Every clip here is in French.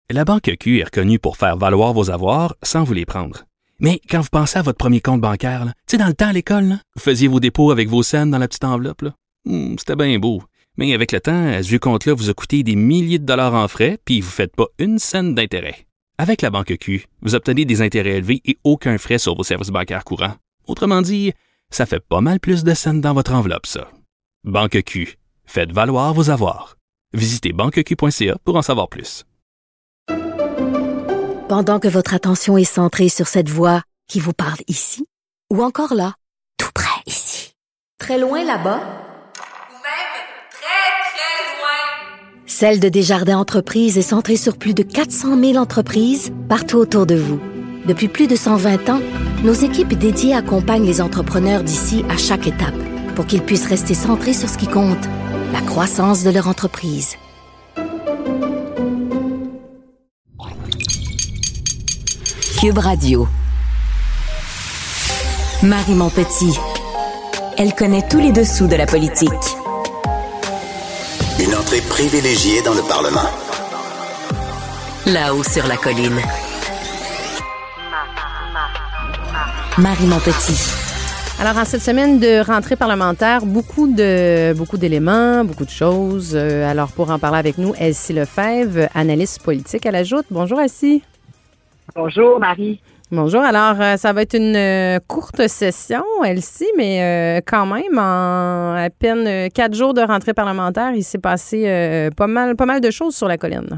La Banque Q est reconnue pour faire valoir vos avoirs sans vous les prendre. Mais quand vous pensez à votre premier compte bancaire, tu sais, dans le temps à l'école, là, vous faisiez vos dépôts avec vos scènes dans la petite enveloppe. Là. C'était bien beau. Mais avec le temps, ce vieux compte-là vous a coûté des milliers de dollars en frais, puis vous ne faites pas une scène d'intérêt. Avec la Banque Q, vous obtenez des intérêts élevés et aucun frais sur vos services bancaires courants. Autrement dit, ça fait pas mal plus de scènes dans votre enveloppe, ça. Banque Q. Faites valoir vos avoirs. Visitez banqueq.ca pour en savoir plus. Pendant que votre attention est centrée sur cette voix qui vous parle ici, ou encore là, tout près ici, très loin là-bas, ou même très, très loin, Celle de Desjardins Entreprises est centrée sur plus de 400 000 entreprises partout autour de vous. Depuis plus de 120 ans, nos équipes dédiées accompagnent les entrepreneurs d'ici à chaque étape pour qu'ils puissent rester centrés sur ce qui compte, la croissance de leur entreprise. Cube Radio. Marie Montpetit. Elle connaît tous les dessous de la politique. Une entrée privilégiée dans le Parlement. Là-haut sur la colline. Marie Montpetit. Alors, en cette semaine de rentrée parlementaire, beaucoup d'éléments, beaucoup de choses. Alors, pour en parler avec nous, Elsie Lefebvre, analyste politique à la Joute. Bonjour, Elsie. Bonjour, Marie. Bonjour. Alors, ça va être une courte session, Elsie, mais quand même, en à peine 4 jours de rentrée parlementaire, il s'est passé pas mal de choses sur la colline.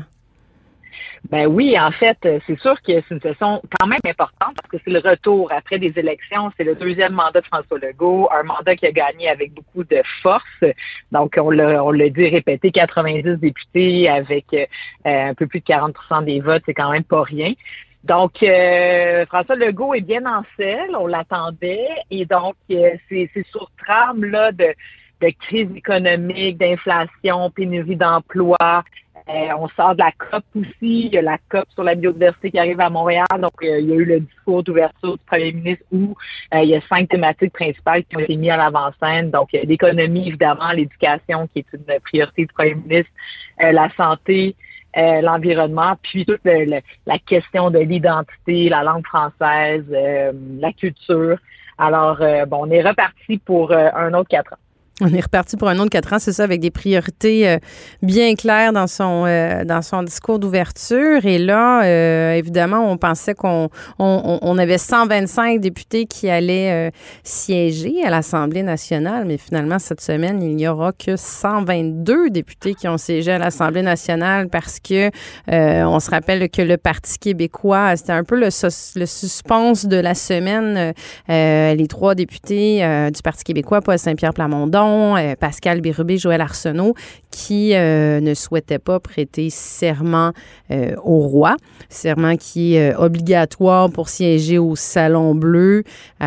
Ben oui, en fait, c'est sûr que c'est une session quand même importante parce que c'est le retour après des élections. C'est le deuxième mandat de François Legault, un mandat qui a gagné avec beaucoup de force. Donc, on l'a dit, répété, 90 députés avec un peu plus de 40% des votes, c'est quand même pas rien. Donc, François Legault est bien en selle, on l'attendait, et donc, c'est sur trame là de crise économique, d'inflation, pénurie d'emploi. On sort de la COP aussi. Il y a la COP sur la biodiversité qui arrive à Montréal. Donc, il y a eu le discours d'ouverture du premier ministre où il y a 5 thématiques principales qui ont été mises à l'avant-scène. Donc, l'économie, évidemment, l'éducation qui est une priorité du premier ministre, la santé, l'environnement, puis toute la question de l'identité, la langue française, la culture. Alors, on est reparti pour un autre 4 ans. On est reparti pour un autre 4 ans, c'est ça, avec des priorités bien claires dans son discours d'ouverture. Et là, évidemment, on pensait qu'on avait 125 députés qui allaient siéger à l'Assemblée nationale, mais finalement, cette semaine, il n'y aura que 122 députés qui ont siégé à l'Assemblée nationale parce que on se rappelle que le Parti québécois, c'était un peu le suspense de la semaine. Les 3 députés du Parti québécois, Paul Saint-Pierre Plamondon, Pascal Bérubé, Joël Arsenault, qui ne souhaitaient pas prêter serment au roi, serment qui est obligatoire pour siéger au Salon Bleu.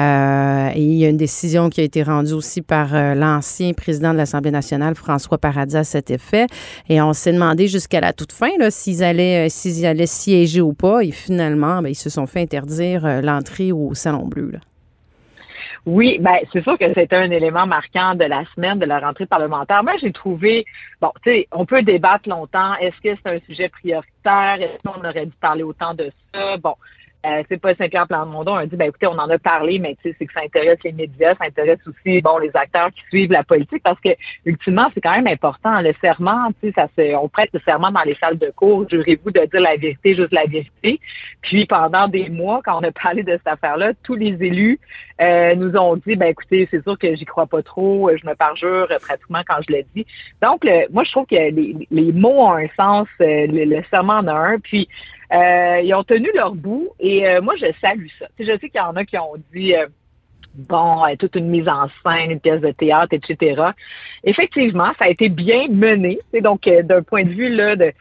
Et il y a une décision qui a été rendue aussi par l'ancien président de l'Assemblée nationale, François Paradis, à cet effet. Et on s'est demandé jusqu'à la toute fin là, s'ils allaient siéger ou pas. Et finalement, ils se sont fait interdire l'entrée au Salon Bleu, là. Oui, c'est sûr que c'était un élément marquant de la semaine de la rentrée parlementaire. Moi, j'ai trouvé, tu sais, on peut débattre longtemps. Est-ce que c'est un sujet prioritaire? Est-ce qu'on aurait dû parler autant de ça? C'est pas Saint-Pierre Plamondon a dit, écoutez, on en a parlé, mais tu sais, c'est que ça intéresse les médias, ça intéresse aussi, les acteurs qui suivent la politique, parce que, ultimement, c'est quand même important. Le serment, tu sais, on prête le serment dans les salles de cours. Jurez-vous de dire la vérité, juste la vérité. Puis, pendant des mois, quand on a parlé de cette affaire-là, tous les élus, nous ont dit, écoutez, c'est sûr que j'y crois pas trop, je me parjure pratiquement quand je le dis. Donc, moi, je trouve que les mots ont un sens, le serment en a un, puis ils ont tenu leur bout et moi, je salue ça. Tu sais, je sais qu'il y en a qui ont dit toute une mise en scène, une pièce de théâtre, etc. Effectivement, ça a été bien mené. Donc, d'un point de vue là de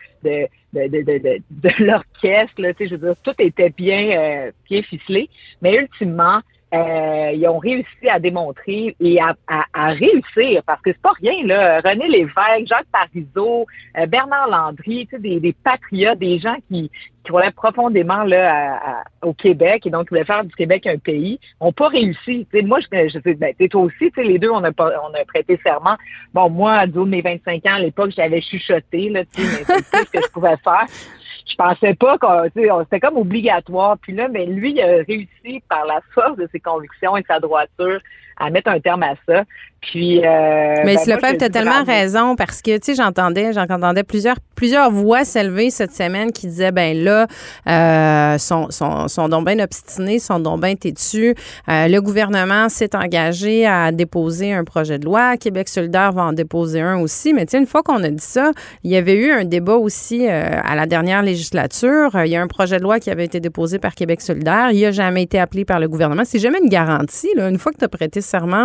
l'orchestre, là, tu sais, je veux dire, tout était bien ficelé, mais ultimement, ils ont réussi à démontrer et à réussir, parce que c'est pas rien, là. René Lévesque, Jacques Parizeau, Bernard Landry, tu sais, des patriotes, des gens qui croyaient profondément là au Québec et donc qui voulaient faire du Québec un pays, ont pas réussi. Tu sais, moi, je sais, toi aussi, tu sais, les deux, on a prêté serment. Bon, moi, du haut de mes 25 ans, à l'époque, j'avais chuchoté, là, tu sais, mais c'est tout ce que je pouvais faire. je pensais pas c'était comme obligatoire. Puis là, mais lui, il a réussi par la force de ses convictions et de sa droiture à mettre un terme à ça. Puis, mais Lefebvre, tu as tellement raison parce que, tu sais, j'entendais plusieurs voix s'élever cette semaine qui disaient, ben là, sont donc bien obstinés, sont donc bien têtus. Le gouvernement s'est engagé à déposer un projet de loi. Québec solidaire va en déposer un aussi. Mais tu sais, une fois qu'on a dit ça, il y avait eu un débat aussi à la dernière législature. Il y a un projet de loi qui avait été déposé par Québec solidaire. Il n'a jamais été appelé par le gouvernement. C'est jamais une garantie, là. Une fois que tu as prêté serment,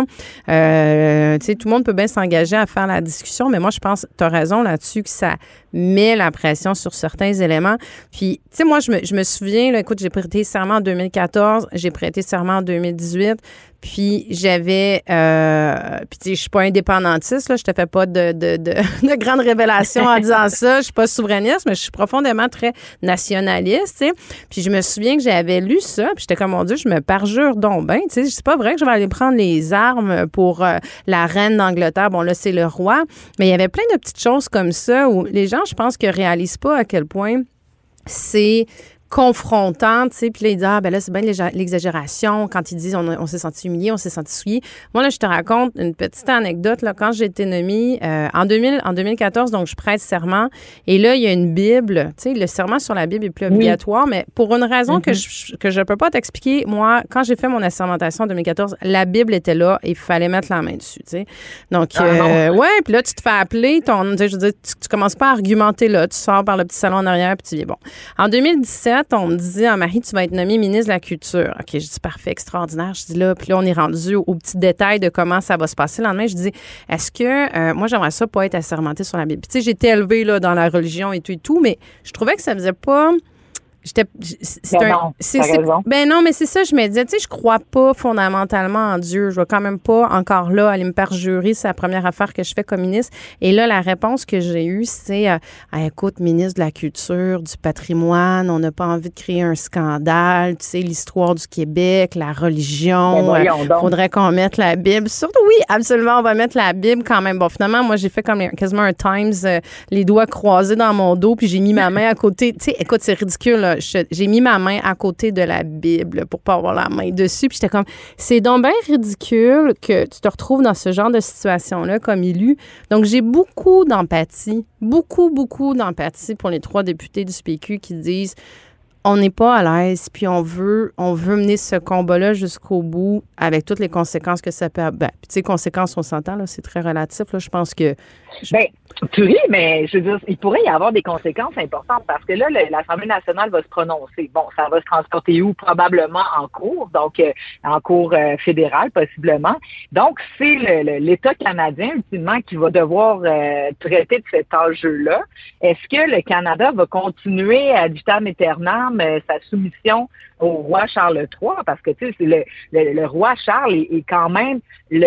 tu sais, tout le monde peut bien s'engager à faire la discussion, mais moi, je pense, tu as raison là-dessus, que ça met la pression sur certains éléments. Puis, tu sais, moi, je me souviens, là, écoute, j'ai prêté serment en 2014, j'ai prêté serment en 2018, puis j'avais, puis tu sais, je suis pas indépendantiste, là, je te fais pas de grandes révélations en disant ça, je suis pas souverainiste, mais je suis profondément très nationaliste, tu sais. Puis je me souviens que j'avais lu ça, puis j'étais comme, mon Dieu, je me parjure donc bien, tu sais, c'est pas vrai que je vais aller prendre les armes pour la reine d'Angleterre. Bon, là, c'est le roi, mais il y avait plein de petites choses comme ça où les gens, je pense, que réalisent pas à quel point c'est confrontant, tu sais, puis là, ils disent, ah, ben là, c'est bien l'exagération quand ils disent, on s'est senti humilié, on s'est senti souillé. Moi, là, je te raconte une petite anecdote, là, quand j'ai été nommée en 2014, donc je prête serment, et là, il y a une Bible, tu sais, le serment sur la Bible est plus obligatoire, mais pour une raison que je peux pas t'expliquer, moi, quand j'ai fait mon assermentation en 2014, la Bible était là et il fallait mettre la main dessus, tu sais. Donc, ouais, puis là, tu te fais appeler, tu sais, je veux dire, tu commences pas à argumenter là, tu sors par le petit salon en arrière, puis tu dis, bon. En 2017, on me dit, ah, Marie, tu vas être nommée ministre de la Culture. OK, je dis, parfait, extraordinaire. Je dis là, puis là, on est rendu aux petits détails de comment ça va se passer. Le lendemain, je dis, est-ce que, moi, j'aimerais ça pas être assermentée sur la Bible. Puis, tu sais, j'étais élevée, là, dans la religion et tout, mais je trouvais que ça faisait pas. Ben non, mais c'est ça, je me disais, tu sais, je crois pas fondamentalement en Dieu. Je vais quand même pas encore là aller me perjurer, c'est la première affaire que je fais comme ministre. Et là, la réponse que j'ai eue, c'est écoute, ministre de la Culture, du patrimoine, on n'a pas envie de créer un scandale, tu sais, l'histoire du Québec, la religion, faudrait qu'on mette la Bible. Surtout, oui, absolument, on va mettre la Bible quand même. Bon, finalement, moi, j'ai fait comme quasiment un Times, les doigts croisés dans mon dos, puis j'ai mis ma main à côté. Tu sais, écoute, c'est ridicule, là. J'ai mis ma main à côté de la Bible pour pas avoir la main dessus. Puis j'étais comme, c'est donc bien ridicule que tu te retrouves dans ce genre de situation-là comme élu. Donc, j'ai beaucoup d'empathie pour les 3 députés du PQ qui disent, on n'est pas à l'aise, puis on veut mener ce combat-là jusqu'au bout avec toutes les conséquences que ça peut avoir. Ben, puis tu sais, conséquences, on s'entend, là, c'est très relatif, là, je pense que... Ben, tu ris, mais je veux dire, il pourrait y avoir des conséquences importantes parce que là, l'Assemblée nationale va se prononcer. Bon, ça va se transporter où? Probablement en cours, donc en cours fédéral, possiblement. Donc, c'est l'État canadien, ultimement, qui va devoir traiter de cet enjeu-là. Est-ce que le Canada va continuer à vitam aeternam sa soumission au roi Charles III? Parce que, tu sais, le roi Charles est quand même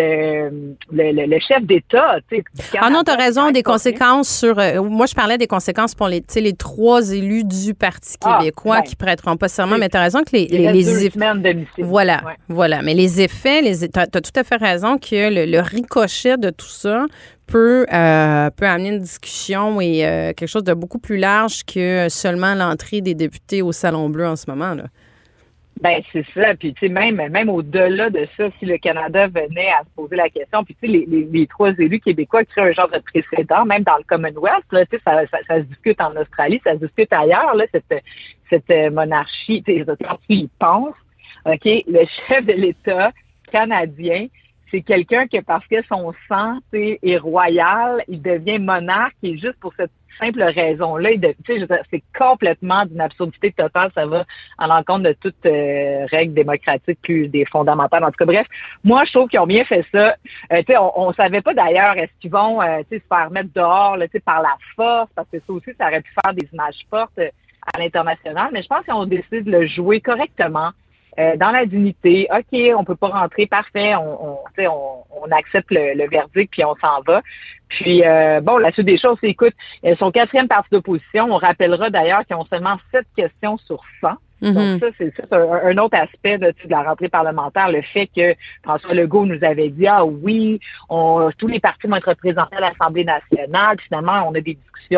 le chef d'État, tu sais. Ah non, t'as raison, des conséquences sur... moi, je parlais des conséquences pour les 3 élus du Parti québécois qui prêteront pas serment, mais t'as raison que les effets... Voilà. Mais les effets, t'as tout à fait raison que le ricochet de tout ça peut amener une discussion et quelque chose de beaucoup plus large que seulement l'entrée des députés au Salon Bleu en ce moment, là. Ben, c'est ça. Puis, tu sais, même au-delà de ça, si le Canada venait à se poser la question, puis, tu sais, les 3 élus québécois créent un genre de précédent, même dans le Commonwealth, là, tu sais, ça se discute en Australie, ça se discute ailleurs, là, cette monarchie, tu sais, quand tu y penses, OK, le chef de l'État canadien, c'est quelqu'un que parce que son sang, tu sais, est royal, il devient monarque, et juste pour cette simple raison-là, c'est complètement d'une absurdité totale. Ça va à l'encontre de toute règle démocratique plus des fondamentales. En tout cas, bref, moi, je trouve qu'ils ont bien fait ça. On savait pas d'ailleurs, est-ce qu'ils vont se faire mettre dehors là, par la force, parce que ça aussi, ça aurait pu faire des images fortes à l'international, mais je pense qu'ils ont décidé de le jouer correctement. Dans la dignité, OK, on peut pas rentrer, parfait, on accepte le verdict puis on s'en va. Puis, bon, la suite des choses, c'est, écoute, son 4e parti d'opposition, on rappellera d'ailleurs qu'ils ont seulement 7 questions sur 100. Mm-hmm. Donc ça, c'est un autre aspect de la rentrée parlementaire, le fait que François Legault nous avait dit, ah oui, tous les partis vont être représentés à l'Assemblée nationale, puis finalement, on a des discussions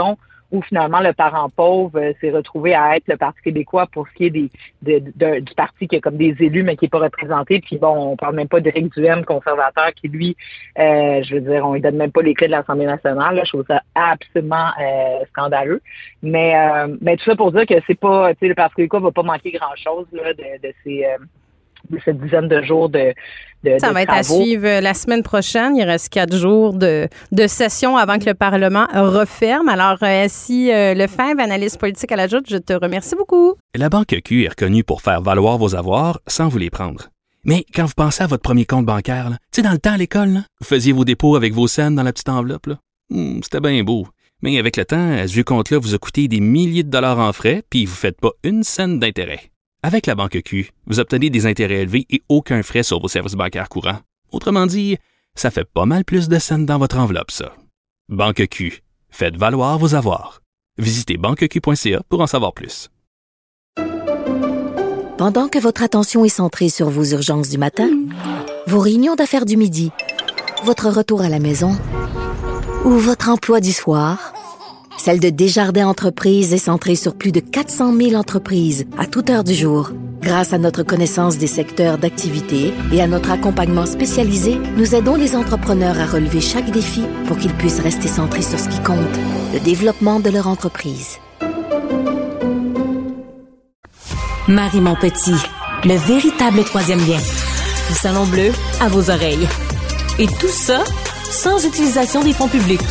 où finalement le parent pauvre s'est retrouvé à être le Parti québécois pour ce qui est du parti qui a comme des élus mais qui n'est pas représenté. Puis bon, on parle même pas d'Éric Duhaime, conservateur, qui lui, je veux dire, on lui donne même pas les clés de l'Assemblée nationale. Là. Je trouve ça absolument scandaleux. Mais tout ça pour dire que c'est pas, tu sais, le Parti québécois va pas manquer grand-chose là de cette dizaine de jours de Ça va être à suivre la semaine prochaine. Il reste 4 jours de session avant que le Parlement referme. Alors, si Lefebvre, analyste politique à la Joute, je te remercie beaucoup. La Banque Q est reconnue pour faire valoir vos avoirs sans vous les prendre. Mais quand vous pensez à votre premier compte bancaire, tu sais, dans le temps à l'école, là, vous faisiez vos dépôts avec vos scènes dans la petite enveloppe. Là. C'était bien beau. Mais avec le temps, ce vieux compte-là vous a coûté des milliers de dollars en frais, puis vous ne faites pas une scène d'intérêt. Avec la Banque Q, vous obtenez des intérêts élevés et aucun frais sur vos services bancaires courants. Autrement dit, ça fait pas mal plus de scènes dans votre enveloppe, ça. Banque Q, faites valoir vos avoirs. Visitez banqueq.ca pour en savoir plus. Pendant que votre attention est centrée sur vos urgences du matin, vos réunions d'affaires du midi, votre retour à la maison ou votre emploi du soir, celle de Desjardins Entreprises est centrée sur plus de 400 000 entreprises à toute heure du jour. Grâce à notre connaissance des secteurs d'activité et à notre accompagnement spécialisé, nous aidons les entrepreneurs à relever chaque défi pour qu'ils puissent rester centrés sur ce qui compte, le développement de leur entreprise. Marie Montpetit, le véritable troisième lien. Le Salon Bleu à vos oreilles. Et tout ça sans utilisation des fonds publics.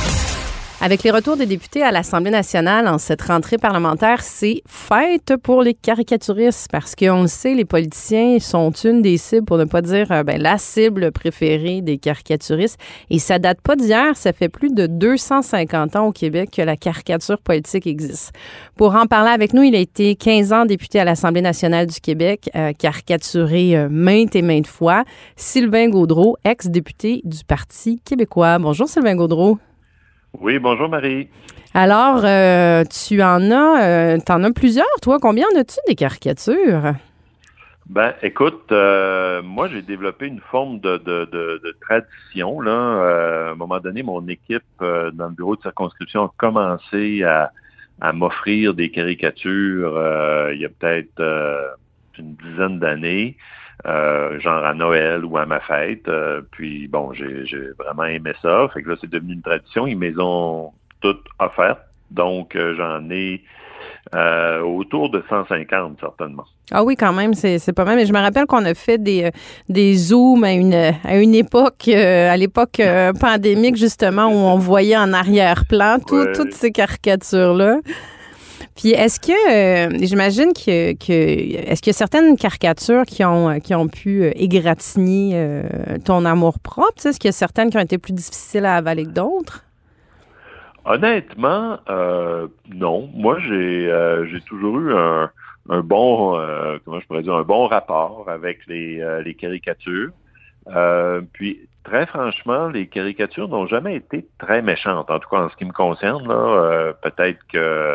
Avec les retours des députés à l'Assemblée nationale en cette rentrée parlementaire, c'est fête pour les caricaturistes parce qu'on le sait, les politiciens sont une des cibles, pour ne pas dire la cible préférée des caricaturistes. Et ça date pas d'hier, ça fait plus de 250 ans au Québec que la caricature politique existe. Pour en parler avec nous, il a été 15 ans député à l'Assemblée nationale du Québec, caricaturé maintes et maintes fois. Sylvain Gaudreault, ex-député du Parti québécois. Bonjour Sylvain Gaudreault. Oui, bonjour Marie. Alors, tu en as plusieurs, toi. Combien en as-tu des caricatures? Ben, écoute, moi j'ai développé une forme de tradition. Là, à un moment donné, mon équipe dans le bureau de circonscription a commencé à m'offrir des caricatures il y a peut-être une dizaine d'années. Genre à Noël ou à ma fête. Puis bon, j'ai vraiment aimé ça. Fait que là, c'est devenu une tradition. Ils me les ont toutes offertes. Donc, j'en ai autour de 150, certainement. Ah oui, quand même, c'est pas mal. Mais je me rappelle qu'on a fait des zooms à une époque, à l'époque pandémique, justement, où on voyait en arrière-plan toutes ces caricatures-là. Puis est-ce que, j'imagine est-ce qu'il y a certaines caricatures qui ont pu égratigner ton amour-propre? Est-ce qu'il y a certaines qui ont été plus difficiles à avaler que d'autres? Honnêtement, non. Moi, j'ai toujours eu un bon, comment je pourrais dire, un bon rapport avec les caricatures. Puis, très franchement, les caricatures n'ont jamais été très méchantes. En tout cas, en ce qui me concerne, là, peut-être que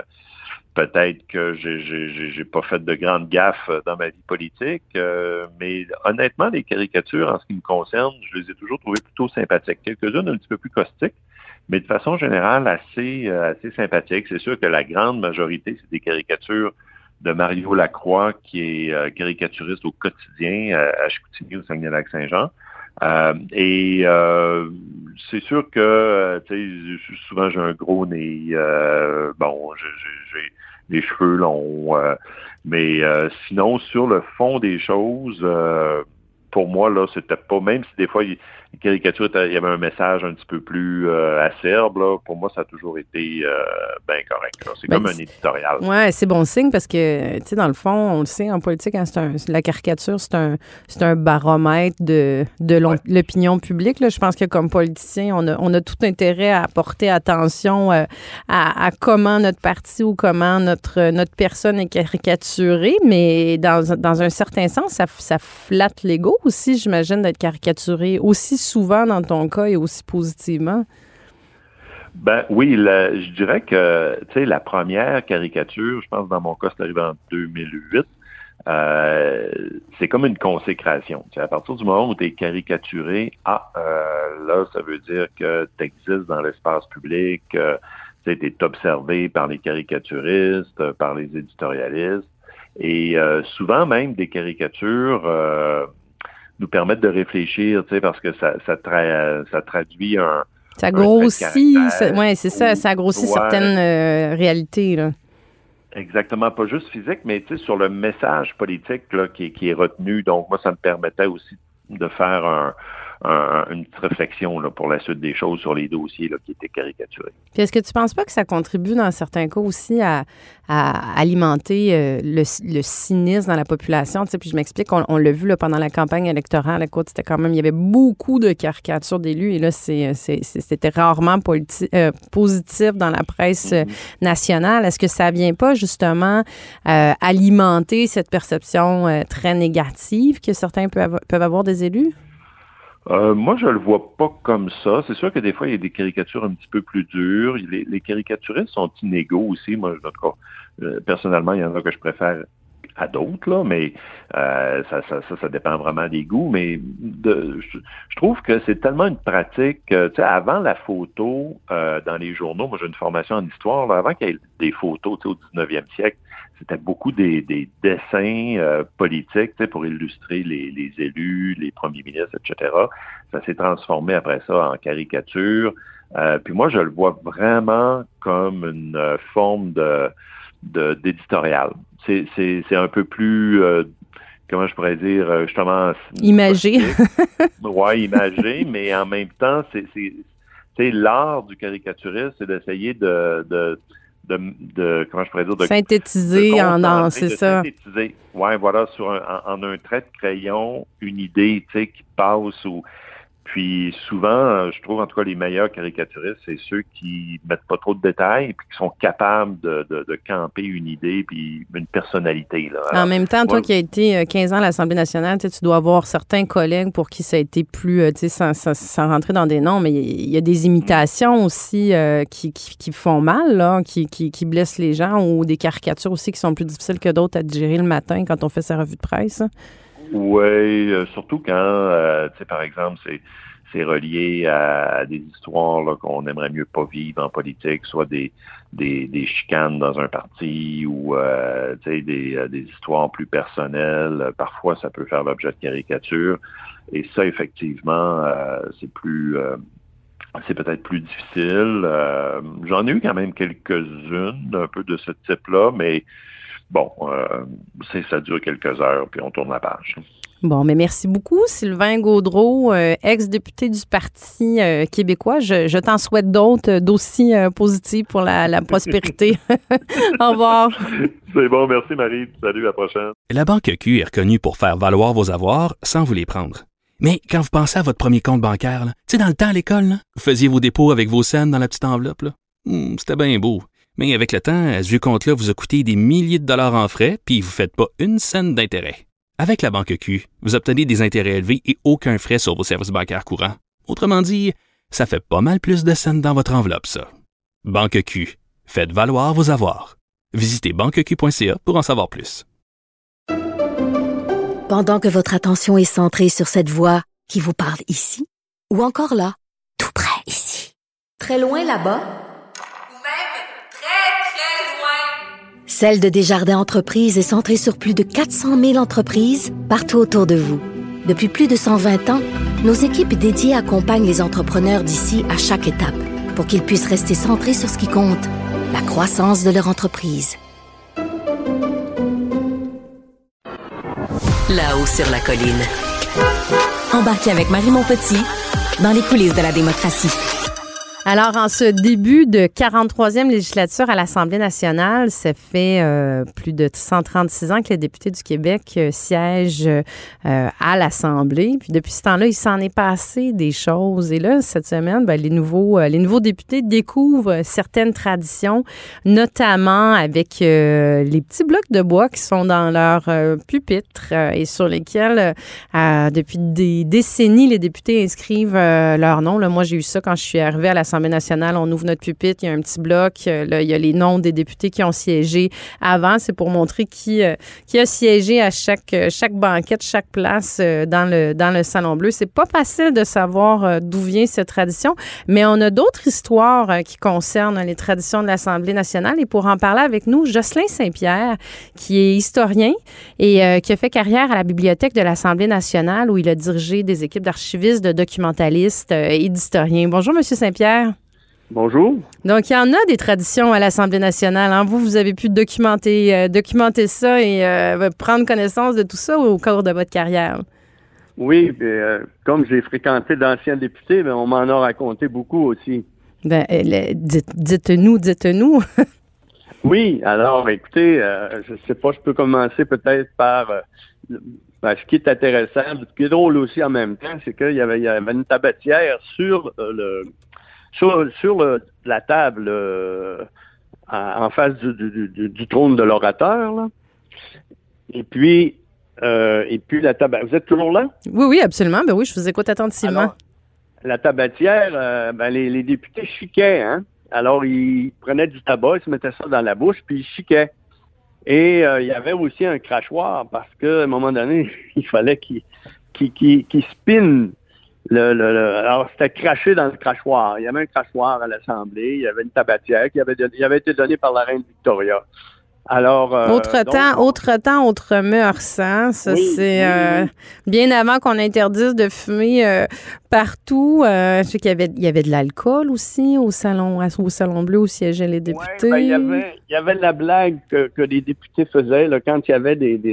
j'ai pas fait de grandes gaffes dans ma vie politique, mais honnêtement, les caricatures, en ce qui me concerne, je les ai toujours trouvées plutôt sympathiques. Quelques-unes un petit peu plus caustiques, mais de façon générale assez sympathiques. C'est sûr que la grande majorité, c'est des caricatures de Mario Lacroix, qui est caricaturiste au quotidien à Chicoutimi, au Saguenay-Lac-Saint-Jean. Et c'est sûr que souvent j'ai un gros nez, j'ai les cheveux longs, mais sinon sur le fond des choses, pour moi là c'était pas, même si des fois les caricatures il y avait un message un petit peu plus acerbe là, pour moi ça a toujours été bien correct là. C'est comme un éditorial. Ouais, c'est bon signe parce que tu sais dans le fond on le sait en politique hein, la caricature c'est un baromètre de l'opinion publique là. Je pense que comme politicien on a tout intérêt à porter attention à comment notre parti ou comment notre personne est caricaturée, mais dans un certain sens ça flatte l'ego aussi, j'imagine, d'être caricaturé aussi souvent dans ton cas et aussi positivement. Ben oui, je dirais que tu sais la première caricature, je pense dans mon cas c'est arrivé en 2008, c'est comme une consécration. Tu sais, à partir du moment où tu es caricaturé, là ça veut dire que tu existes dans l'espace public, tu tu es observé par les caricaturistes, par les éditorialistes. Et souvent même, des caricatures nous permettent de réfléchir, parce que ça traduit un... Ça grossit, c'est ça, ça grossit certaines réalités, là. Exactement, pas juste physique, mais sur le message politique là, qui est retenu. Donc, moi, ça me permettait aussi de faire une petite réflexion là, pour la suite des choses sur les dossiers là, qui étaient caricaturés. Puis est-ce que tu ne penses pas que ça contribue dans certains cas aussi à alimenter le cynisme dans la population? Puis je m'explique, on l'a vu là, pendant la campagne électorale, écoute, c'était quand même, il y avait beaucoup de caricatures d'élus et là, c'était rarement positif dans la presse nationale. Est-ce que ça ne vient pas justement alimenter cette perception très négative que certains peuvent avoir des élus? Moi, je le vois pas comme ça. C'est sûr que des fois, il y a des caricatures un petit peu plus dures. Les caricaturistes sont inégaux aussi. Moi, en tout cas, personnellement, il y en a que je préfère à d'autres, là, mais ça dépend vraiment des goûts. Mais je trouve que c'est tellement une pratique. Tu sais, avant la photo dans les journaux, moi j'ai une formation en histoire, là, avant qu'il y ait des photos au 19e siècle, c'était beaucoup des dessins politiques pour illustrer les élus, les premiers ministres, etc. Ça s'est transformé après ça en caricature. Puis moi, je le vois vraiment comme une forme d'éditorial. C'est un peu plus, comment je pourrais dire, justement... Imagé. Oui, imagé, mais en même temps, c'est l'art du caricaturiste, c'est d'essayer de comment je pourrais dire, synthétiser c'est ça. Synthétiser, ouais, voilà, en un trait de crayon, une idée, qui passe ou... Puis souvent, je trouve en tout cas les meilleurs caricaturistes, c'est ceux qui mettent pas trop de détails puis qui sont capables de camper une idée puis une personnalité. Là. Alors, en même temps, toi qui as été 15 ans à l'Assemblée nationale, tu dois avoir certains collègues pour qui ça a été plus, sans rentrer dans des noms, mais il y a des imitations aussi qui font mal, là, qui blessent les gens, ou des caricatures aussi qui sont plus difficiles que d'autres à digérer le matin quand on fait sa revue de presse. Oui, surtout quand, par exemple, c'est relié à des histoires là, qu'on aimerait mieux pas vivre en politique, soit des chicanes dans un parti ou des histoires plus personnelles. Parfois, ça peut faire l'objet de caricatures. Et ça, effectivement, c'est peut-être plus difficile. J'en ai eu quand même quelques-unes, un peu de ce type-là, mais bon, ça dure quelques heures, puis on tourne la page. Bon, mais merci beaucoup, Sylvain Gaudreault, ex-député du Parti québécois. Je t'en souhaite d'autres d'aussi positifs pour la prospérité. Au revoir. C'est bon, merci Marie. Salut, à la prochaine. La Banque Q est reconnue pour faire valoir vos avoirs sans vous les prendre. Mais quand vous pensez à votre premier compte bancaire, tu sais, dans le temps à l'école, là, vous faisiez vos dépôts avec vos scènes dans la petite enveloppe. Là. C'était bien beau. Mais avec le temps, ce vieux compte-là vous a coûté des milliers de dollars en frais, puis vous ne faites pas une scène d'intérêt. Avec la Banque Q, vous obtenez des intérêts élevés et aucun frais sur vos services bancaires courants. Autrement dit, ça fait pas mal plus de scènes dans votre enveloppe, ça. Banque Q, faites valoir vos avoirs. Visitez banqueq.ca pour en savoir plus. Pendant que votre attention est centrée sur cette voix qui vous parle ici, ou encore là, tout près ici, très loin là-bas, Celle de Desjardins Entreprises est centrée sur plus de 400 000 entreprises partout autour de vous. Depuis plus de 120 ans, nos équipes dédiées accompagnent les entrepreneurs d'ici à chaque étape pour qu'ils puissent rester centrés sur ce qui compte, la croissance de leur entreprise. Là-haut sur la colline. Embarquez avec Marie Montpetit dans les coulisses de la démocratie. Alors, en ce début de 43e législature à l'Assemblée nationale, ça fait plus de 136 ans que les députés du Québec siègent à l'Assemblée. Puis depuis ce temps-là, il s'en est passé des choses. Et là, cette semaine, les nouveaux députés découvrent certaines traditions, notamment avec les petits blocs de bois qui sont dans leur pupitre et sur lesquels, depuis des décennies, les députés inscrivent leur nom. Là, moi, j'ai eu ça quand je suis arrivée à l'Assemblée l'Assemblée nationale. On ouvre notre pupitre, il y a un petit bloc. Là, il y a les noms des députés qui ont siégé avant. C'est pour montrer qui a siégé à chaque banquette, chaque place dans le Salon Bleu. C'est pas facile de savoir d'où vient cette tradition, mais on a d'autres histoires qui concernent les traditions de l'Assemblée nationale. Et pour en parler avec nous, Jocelyn Saint-Pierre, qui est historien et qui a fait carrière à la Bibliothèque de l'Assemblée nationale où il a dirigé des équipes d'archivistes, de documentalistes et d'historiens. Bonjour, M. Saint-Pierre. Bonjour. Donc, il y en a des traditions à l'Assemblée nationale. Hein? Vous avez pu documenter ça et prendre connaissance de tout ça au cours de votre carrière. Oui, comme j'ai fréquenté d'anciens députés, on m'en a raconté beaucoup aussi. Dites-nous. Oui, alors écoutez, je sais pas, je peux commencer peut-être par ce qui est intéressant, ce qui est drôle aussi en même temps, c'est qu'il y avait une tabatière sur la table en face du trône de l'orateur, là. Et puis la tabatière. Vous êtes toujours là? Oui, absolument. Ben oui, je vous écoute attentivement. Alors, la tabatière, les députés chiquaient, hein? Alors, ils prenaient du tabac, ils se mettaient ça dans la bouche, puis ils chiquaient. Et il y avait aussi un crachoir, parce qu'à un moment donné, il fallait qu'ils spinent alors, c'était craché dans le crachoir. Il y avait un crachoir à l'Assemblée, il y avait une tabatière qui avait été donnée par la reine Victoria. Alors, autre temps, autre mœurs, hein? Ça, oui, c'est oui. bien avant qu'on interdise de fumer partout. Je sais qu'il y avait de l'alcool aussi au salon bleu où siégeaient les députés. Oui, il y avait la blague que les députés faisaient là, quand il y avait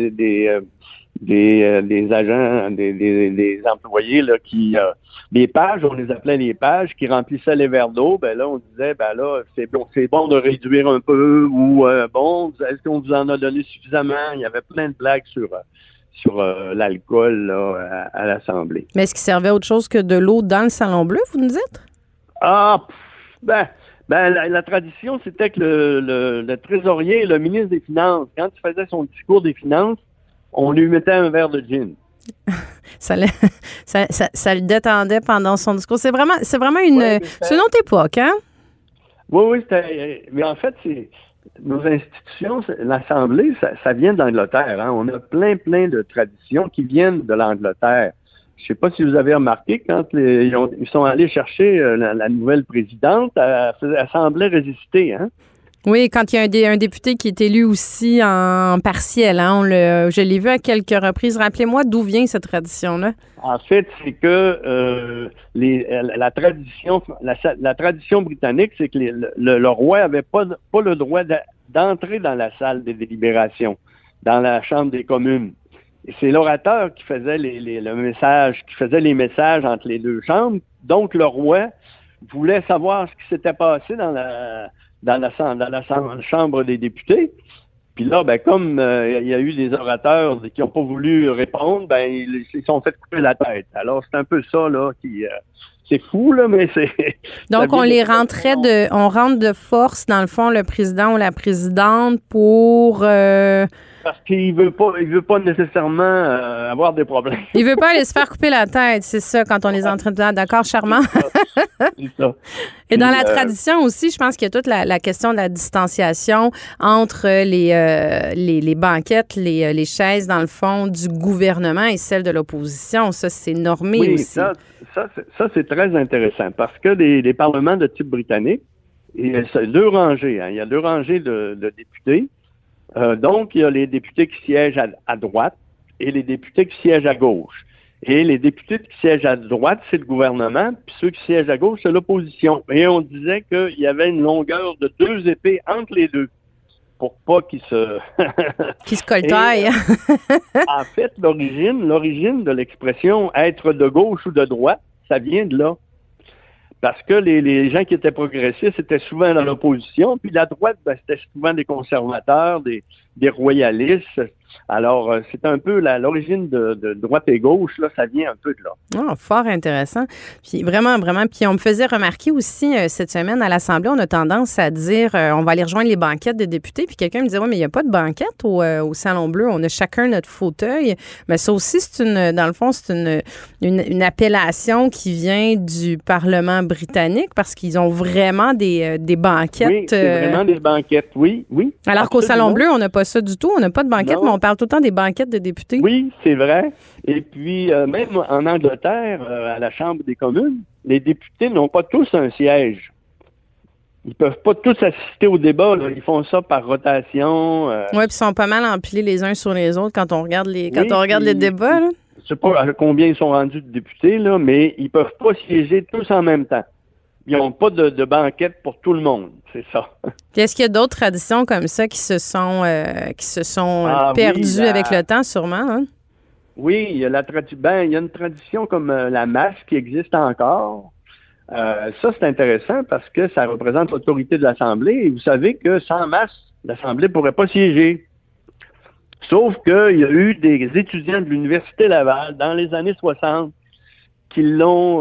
des agents, des employés là qui des pages, on les appelait les pages, qui remplissaient les verres d'eau. Ben là, on disait, c'est bon de réduire un peu, ou est-ce qu'on vous en a donné suffisamment? Il y avait plein de blagues sur l'alcool là, à l'Assemblée. Mais est-ce qu'il servait autre chose que de l'eau dans le Salon Bleu, vous nous dites? La tradition, c'était que le trésorier, le ministre des Finances, quand il faisait son discours des Finances, on lui mettait un verre de gin. Ça le détendait pendant son discours. C'est vraiment c'est une autre époque, hein? Oui, mais en fait, nos institutions, l'Assemblée, ça vient d'Angleterre. Hein? On a plein de traditions qui viennent de l'Angleterre. Je ne sais pas si vous avez remarqué, quand ils sont allés chercher la nouvelle présidente, elle semblait résister, hein? Oui, quand il y a un député qui est élu aussi en partiel, hein, je l'ai vu à quelques reprises. Rappelez-moi d'où vient cette tradition-là. En fait, c'est que la tradition britannique, c'est que le roi avait pas le droit d'entrer dans la salle des délibérations, dans la Chambre des communes. Et c'est l'orateur qui faisait les messages entre les deux chambres. Donc, le roi voulait savoir ce qui s'était passé dans la Chambre des députés. Puis là, comme il y a eu des orateurs qui n'ont pas voulu répondre, ils se sont fait couper la tête. Alors, c'est un peu ça, là, c'est fou, là, mais c'est... Donc, on rentre de force, dans le fond, le président ou la présidente pour... Parce qu'il veut pas nécessairement avoir des problèmes. Il veut pas aller se faire couper la tête, c'est ça, quand on les entraîne. D'accord, charmant. C'est ça. Et dans la tradition aussi, je pense qu'il y a toute la question de la distanciation entre les banquettes, les chaises, dans le fond, du gouvernement et celles de l'opposition. Ça, c'est normé aussi. Ça, c'est très intéressant parce que les parlements de type britannique, c'est deux rangées. Hein, il y a deux rangées de députés. Donc, il y a les députés qui siègent à droite et les députés qui siègent à gauche. Et les députés qui siègent à droite, c'est le gouvernement, puis ceux qui siègent à gauche, c'est l'opposition. Et on disait qu'il y avait une longueur de 2 épées entre les deux, pour pas qu'ils se... Qu'ils se coltaillent. En fait, l'origine de l'expression « être de gauche ou de droite », ça vient de là. Parce que les gens qui étaient progressistes étaient souvent dans l'opposition, puis la droite, c'était souvent des conservateurs, des royalistes. Alors, c'est un peu l'origine de droite et gauche, là, ça vient un peu de là. Oh, fort intéressant. Puis vraiment, puis on me faisait remarquer aussi cette semaine à l'Assemblée, on a tendance à dire on va aller rejoindre les banquettes des députés. Puis quelqu'un me disait, oui, mais il n'y a pas de banquette au Salon Bleu. On a chacun notre fauteuil. Mais ça aussi, dans le fond, c'est une appellation qui vient du Parlement britannique parce qu'ils ont vraiment des banquettes. Oui, c'est vraiment des banquettes, oui. Alors qu'au Salon Bleu, on n'a pas ça du tout. On n'a pas de banquette, mais on parle tout le temps des banquettes de députés. Oui, c'est vrai. Et puis, même en Angleterre, à la Chambre des communes, les députés n'ont pas tous un siège. Ils peuvent pas tous assister au débat. Là. Ils font ça par rotation. Oui, puis ils sont pas mal empilés les uns sur les autres quand on regarde les débats. Là. Je sais pas à combien ils sont rendus de députés, là, mais ils peuvent pas siéger tous en même temps. Ils n'ont pas de banquette pour tout le monde, c'est ça. Puis est-ce qu'il y a d'autres traditions comme ça qui se sont perdues avec le temps, sûrement? Hein? Oui, il y a une tradition comme la masse qui existe encore. Ça, c'est intéressant parce que ça représente l'autorité de l'Assemblée. Et vous savez que sans masse, l'Assemblée ne pourrait pas siéger. Sauf qu'il y a eu des étudiants de l'Université Laval dans les années 60 qui l'ont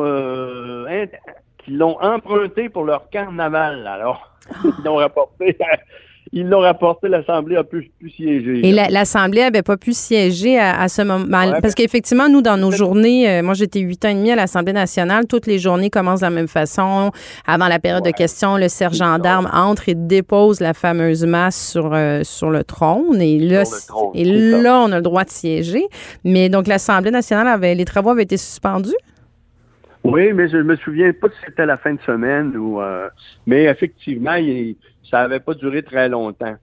emprunté pour leur carnaval. Alors, ils l'ont rapporté, l'Assemblée a pu siéger. Et l'Assemblée n'avait pas pu siéger à ce moment. Parce qu'effectivement, nous, dans nos journées, moi, j'étais 8 ans et demi à l'Assemblée nationale. Toutes les journées commencent de la même façon. Avant la période de questions, le sergent d'armes entre et dépose la fameuse masse sur le trône. Et là, on a le droit de siéger. Mais donc, l'Assemblée nationale, les travaux avaient été suspendus? Oui, mais je me souviens pas si c'était la fin de semaine mais effectivement, ça avait pas duré très longtemps.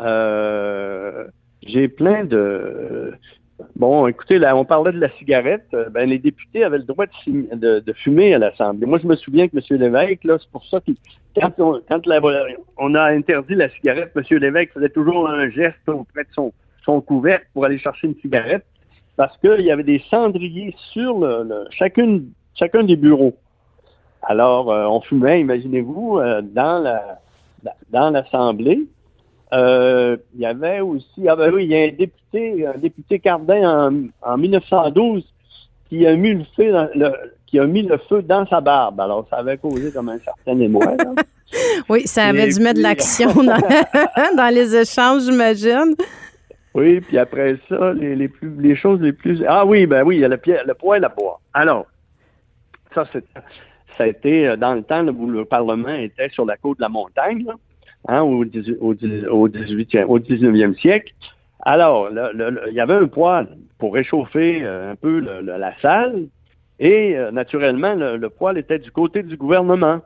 J'ai plein de... Bon, écoutez, là, on parlait de la cigarette. Les députés avaient le droit de fumer à l'Assemblée. Moi, je me souviens que M. Lévesque, là, c'est pour ça que quand on a interdit la cigarette, M. Lévesque faisait toujours un geste auprès de son couvercle pour aller chercher une cigarette parce qu'il y avait des cendriers sur chacun des bureaux. Alors, on fumait, imaginez-vous, dans l'Assemblée. Il y avait aussi... il y a un député Cardin en 1912 qui a mis le feu dans sa barbe. Alors, ça avait causé comme un certain émoi. Oui, ça avait dû mettre de l'action dans les échanges, j'imagine. Oui, puis après ça, les choses les plus... Ah oui, il y a le poids et la bois. Alors, ça a été dans le temps là, où le Parlement était sur la côte de la montagne, là, au 19e siècle. Alors, il y avait un poêle pour réchauffer un peu la salle et naturellement, le poêle était du côté du gouvernement.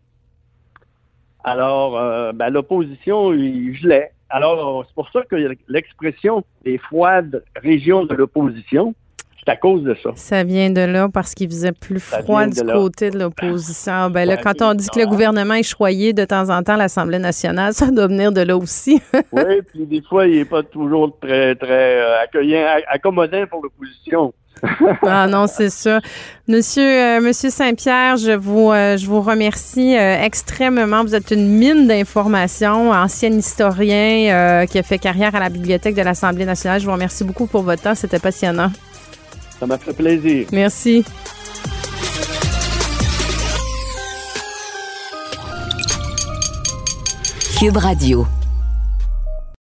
Alors, l'opposition, il gelait. Alors, c'est pour ça que l'expression des froides régions de l'opposition, c'est à cause de ça. Ça vient de là parce qu'il faisait plus froid du côté de l'opposition. Quand on dit que le gouvernement est choyé de temps en temps à l'Assemblée nationale, ça doit venir de là aussi. Oui, puis des fois, il n'est pas toujours très, très accueillant, accommodant pour l'opposition. Ah non, c'est ça. Monsieur Saint-Pierre, je vous remercie extrêmement. Vous êtes une mine d'informations, ancien historien qui a fait carrière à la Bibliothèque de l'Assemblée nationale. Je vous remercie beaucoup pour votre temps. C'était passionnant. Ça m'a fait plaisir. Merci. Cube Radio.